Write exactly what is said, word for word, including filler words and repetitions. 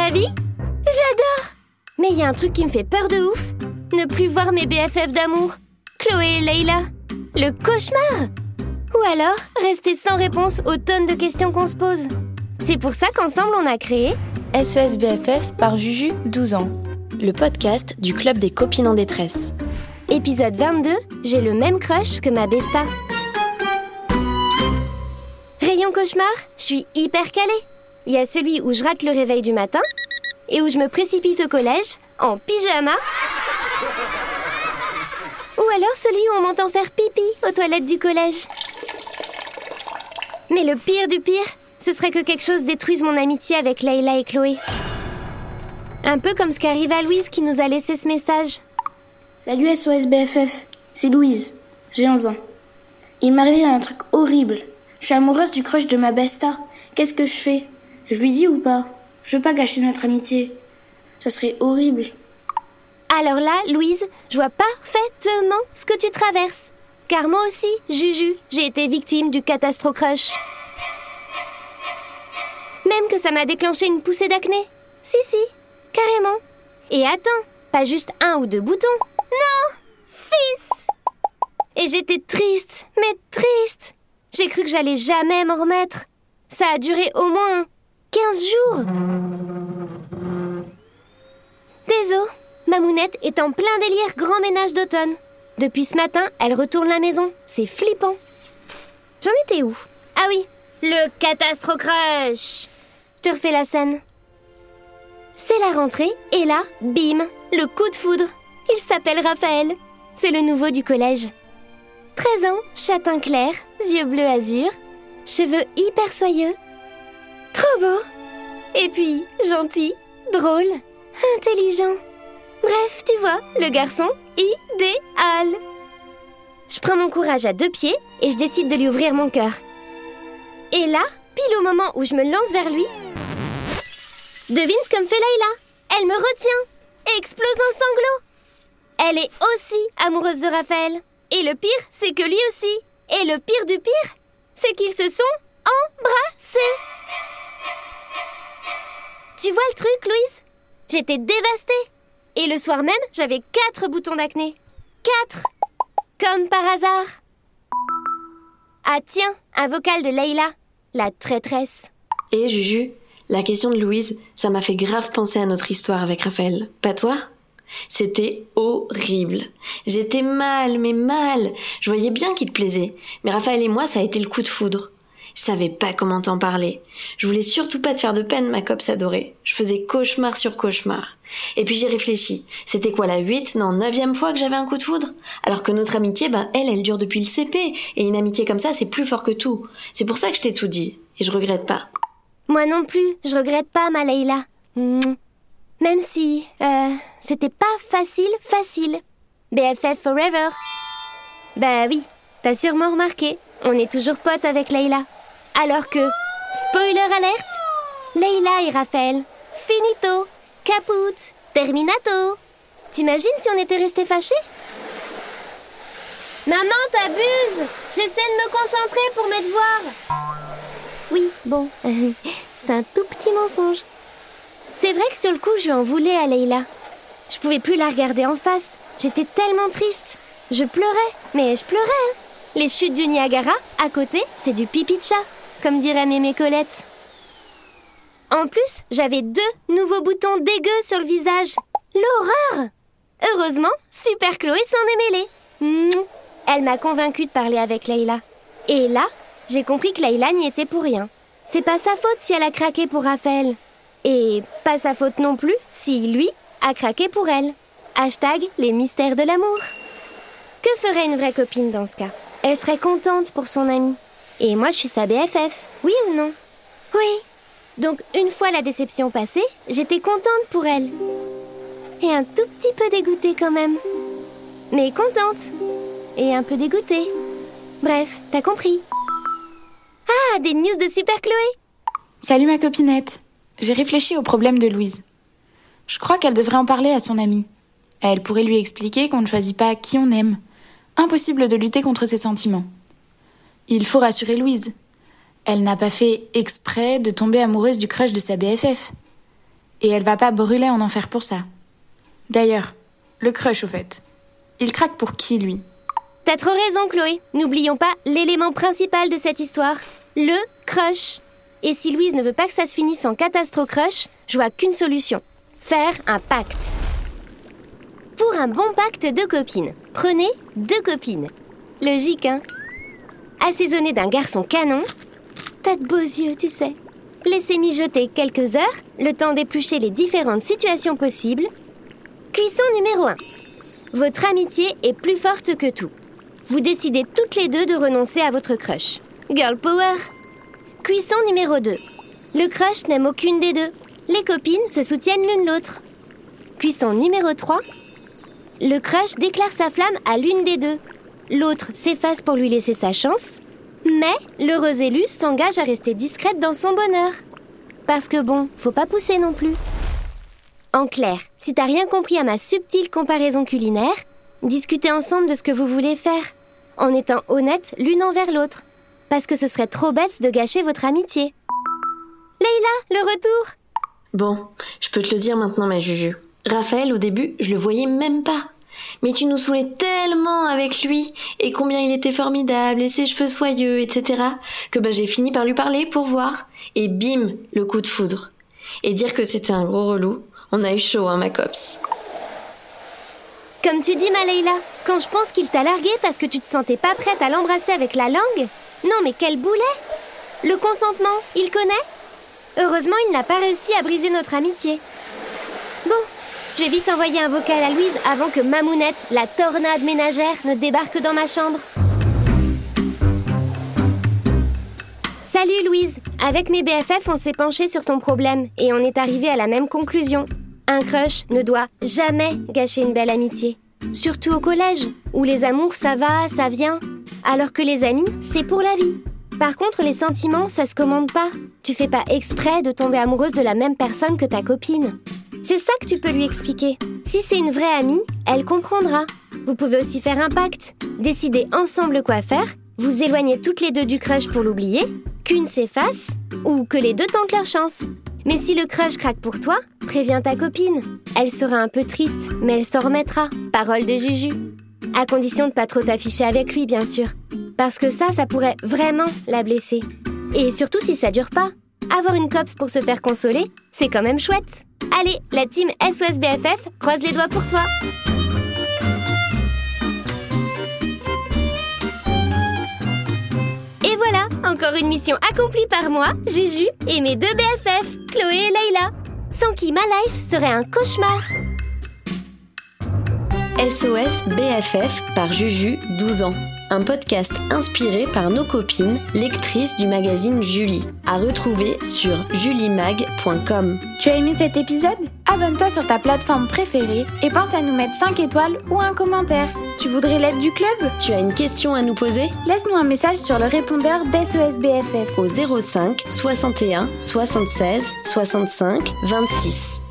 la vie? J'adore! Mais il y a un truc qui me fait peur de ouf. Ne plus voir mes B F F d'amour, Chloé et Leïla. Le cauchemar! Ou alors, rester sans réponse aux tonnes de questions qu'on se pose. C'est pour ça qu'ensemble, on a créé S O S B F F par Juju, douze ans. Le podcast du Club des copines en détresse. Épisode vingt-deux, j'ai le même crush que ma besta. Rayon cauchemar, je suis hyper calée. Il y a celui où je rate le réveil du matin et où je me précipite au collège en pyjama. Ou alors celui où on m'entend faire pipi aux toilettes du collège. Mais le pire du pire, ce serait que quelque chose détruise mon amitié avec Leïla et Chloé. Un peu comme ce qu'arrive à Louise qui nous a laissé ce message. Salut S O S B F F, c'est Louise, j'ai onze ans. Il m'est arrivé un truc horrible. Je suis amoureuse du crush de ma besta. Qu'est-ce que je fais? Je lui dis ou pas? Je veux pas gâcher notre amitié. Ça serait horrible. Alors là, Louise, je vois parfaitement ce que tu traverses. Car moi aussi, Juju, j'ai été victime du catastro-crush. Même que ça m'a déclenché une poussée d'acné. Si, si, carrément. Et attends, pas juste un ou deux boutons. Non, six. Et j'étais triste, mais triste. J'ai cru que j'allais jamais m'en remettre. Ça a duré au moins quinze jours. Désolé, Mamounette est en plein délire grand ménage d'automne. Depuis ce matin, elle retourne la maison. C'est flippant. J'en étais où? Ah oui, le catastro-crush. Je te refais la scène. C'est la rentrée et là, bim, le coup de foudre. Il s'appelle Raphaël. C'est le nouveau du collège. treize ans, châtain clair, yeux bleus azur, cheveux hyper soyeux. Trop beau. Et puis, gentil, drôle, intelligent. Bref, tu vois, le garçon idéal. Je prends mon courage à deux pieds et je décide de lui ouvrir mon cœur. Et là, pile au moment où je me lance vers lui, devine ce que me fait Leïla. Elle me retient et explose en sanglots. Elle est aussi amoureuse de Raphaël. Et le pire, c'est que lui aussi. Et le pire du pire, c'est qu'ils se sont embrassés. Tu vois le truc, Louise? J'étais dévastée. Et le soir même, j'avais quatre boutons d'acné. Quatre. Comme par hasard. Ah tiens, un vocal de Leïla, la traîtresse. Et Juju, la question de Louise, ça m'a fait grave penser à notre histoire avec Raphaël. Pas toi? C'était horrible. J'étais mal, mais mal. Je voyais bien qu'il te plaisait. Mais Raphaël et moi, ça a été le coup de foudre. Je savais pas comment t'en parler. Je voulais surtout pas te faire de peine, ma copse adorée. Je faisais cauchemar sur cauchemar. Et puis j'ai réfléchi. C'était quoi, la huit, non, neuvième fois que j'avais un coup de foudre? Alors que notre amitié, ben, elle, elle dure depuis le C P. Et une amitié comme ça, c'est plus fort que tout. C'est pour ça que je t'ai tout dit. Et je regrette pas. Moi non plus, je regrette pas, ma Leïla. Mmh. Même si, euh, c'était pas facile, facile. B F F forever. Bah oui, t'as sûrement remarqué, on est toujours potes avec Leïla. Alors que, spoiler alerte, Leïla et Raphaël, finito, caput, terminato. T'imagines si on était restés fâchés? Maman, t'abuses! J'essaie de me concentrer pour mes devoirs. Oui, bon, c'est un tout petit mensonge. C'est vrai que sur le coup, je lui en voulais à Leïla. Je pouvais plus la regarder en face. J'étais tellement triste. Je pleurais, mais je pleurais. Hein. Les chutes du Niagara, à côté, c'est du pipi de chat, comme dirait Mémé Colette. En plus, j'avais deux nouveaux boutons dégueux sur le visage. L'horreur! Heureusement, Super Chloé s'en est mêlée. Mmh. Elle m'a convaincue de parler avec Leïla. Et là, j'ai compris que Leïla n'y était pour rien. C'est pas sa faute si elle a craqué pour Raphaël. Et pas sa faute non plus si lui a craqué pour elle. Hashtag les mystères de l'amour. Que ferait une vraie copine dans ce cas? Elle serait contente pour son amie. Et moi, je suis sa B F F, oui ou non? Oui. Donc, une fois la déception passée, j'étais contente pour elle. Et un tout petit peu dégoûtée quand même. Mais contente. Et un peu dégoûtée. Bref, t'as compris. Ah, des news de Super Chloé. Salut ma copinette. J'ai réfléchi au problème de Louise. Je crois qu'elle devrait en parler à son amie. Elle pourrait lui expliquer qu'on ne choisit pas qui on aime. Impossible de lutter contre ses sentiments. Il faut rassurer Louise. Elle n'a pas fait exprès de tomber amoureuse du crush de sa B F F. Et elle va pas brûler en enfer pour ça. D'ailleurs, le crush au fait. Il craque pour qui, lui ? T'as trop raison, Chloé. N'oublions pas l'élément principal de cette histoire. Le crush. Et si Louise ne veut pas que ça se finisse en catastrophe crush, je vois qu'une solution. Faire un pacte. Pour un bon pacte de copines, prenez deux copines. Logique, hein ? Assaisonné d'un garçon canon, t'as de beaux yeux, tu sais. Laissez mijoter quelques heures, le temps d'éplucher les différentes situations possibles. Cuisson numéro un. Votre amitié est plus forte que tout. Vous décidez toutes les deux de renoncer à votre crush. Girl power. Cuisson numéro deux. Le crush n'aime aucune des deux. Les copines se soutiennent l'une l'autre. Cuisson numéro trois. Le crush déclare sa flamme à l'une des deux. L'autre s'efface pour lui laisser sa chance, mais l'heureuse élue s'engage à rester discrète dans son bonheur. Parce que bon, faut pas pousser non plus. En clair, si t'as rien compris à ma subtile comparaison culinaire, discutez ensemble de ce que vous voulez faire, en étant honnêtes l'une envers l'autre, parce que ce serait trop bête de gâcher votre amitié. Leïla, le retour! Bon, je peux te le dire maintenant, ma Juju. Raphaël, au début, je le voyais même pas. Mais tu nous saoulais tellement avec lui, et combien il était formidable, et ses cheveux soyeux, et cetera, que bah j'ai fini par lui parler pour voir. Et bim, le coup de foudre. Et dire que c'était un gros relou, on a eu chaud, hein, ma copse. Comme tu dis, ma Leïla, quand je pense qu'il t'a largué parce que tu te sentais pas prête à l'embrasser avec la langue, non mais quel boulet! Le consentement, il connaît? Heureusement, il n'a pas réussi à briser notre amitié. Bon, je vais vite envoyer un vocal à Louise avant que Mamounette, la tornade ménagère, ne débarque dans ma chambre. Salut Louise, avec mes B F F, on s'est penché sur ton problème et on est arrivé à la même conclusion. Un crush ne doit jamais gâcher une belle amitié. Surtout au collège, où les amours ça va, ça vient, alors que les amis, c'est pour la vie. Par contre, les sentiments, ça se commande pas. Tu fais pas exprès de tomber amoureuse de la même personne que ta copine. C'est ça que tu peux lui expliquer. Si c'est une vraie amie, elle comprendra. Vous pouvez aussi faire un pacte. Décider ensemble quoi faire, vous éloignez toutes les deux du crush pour l'oublier, qu'une s'efface, ou que les deux tentent leur chance. Mais si le crush craque pour toi, préviens ta copine. Elle sera un peu triste, mais elle s'en remettra. Parole de Juju. À condition de pas trop t'afficher avec lui, bien sûr. Parce que ça, ça pourrait vraiment la blesser. Et surtout si ça dure pas. Avoir une copse pour se faire consoler, c'est quand même chouette. Allez, la team S O S B F F, croise les doigts pour toi. Et voilà, encore une mission accomplie par moi, Juju, et mes deux B F F, Chloé et Leïla. Sans qui ma life serait un cauchemar. S O S B F F par Juju, douze ans. Un podcast inspiré par nos copines, lectrices du magazine Julie. À retrouver sur julimag point com. Tu as aimé cet épisode ? Abonne-toi sur ta plateforme préférée et pense à nous mettre cinq étoiles ou un commentaire. Tu voudrais l'aide du club ? Tu as une question à nous poser ? Laisse-nous un message sur le répondeur d'S O S B F F au zéro cinq soixante et un soixante-seize soixante-cinq vingt-six.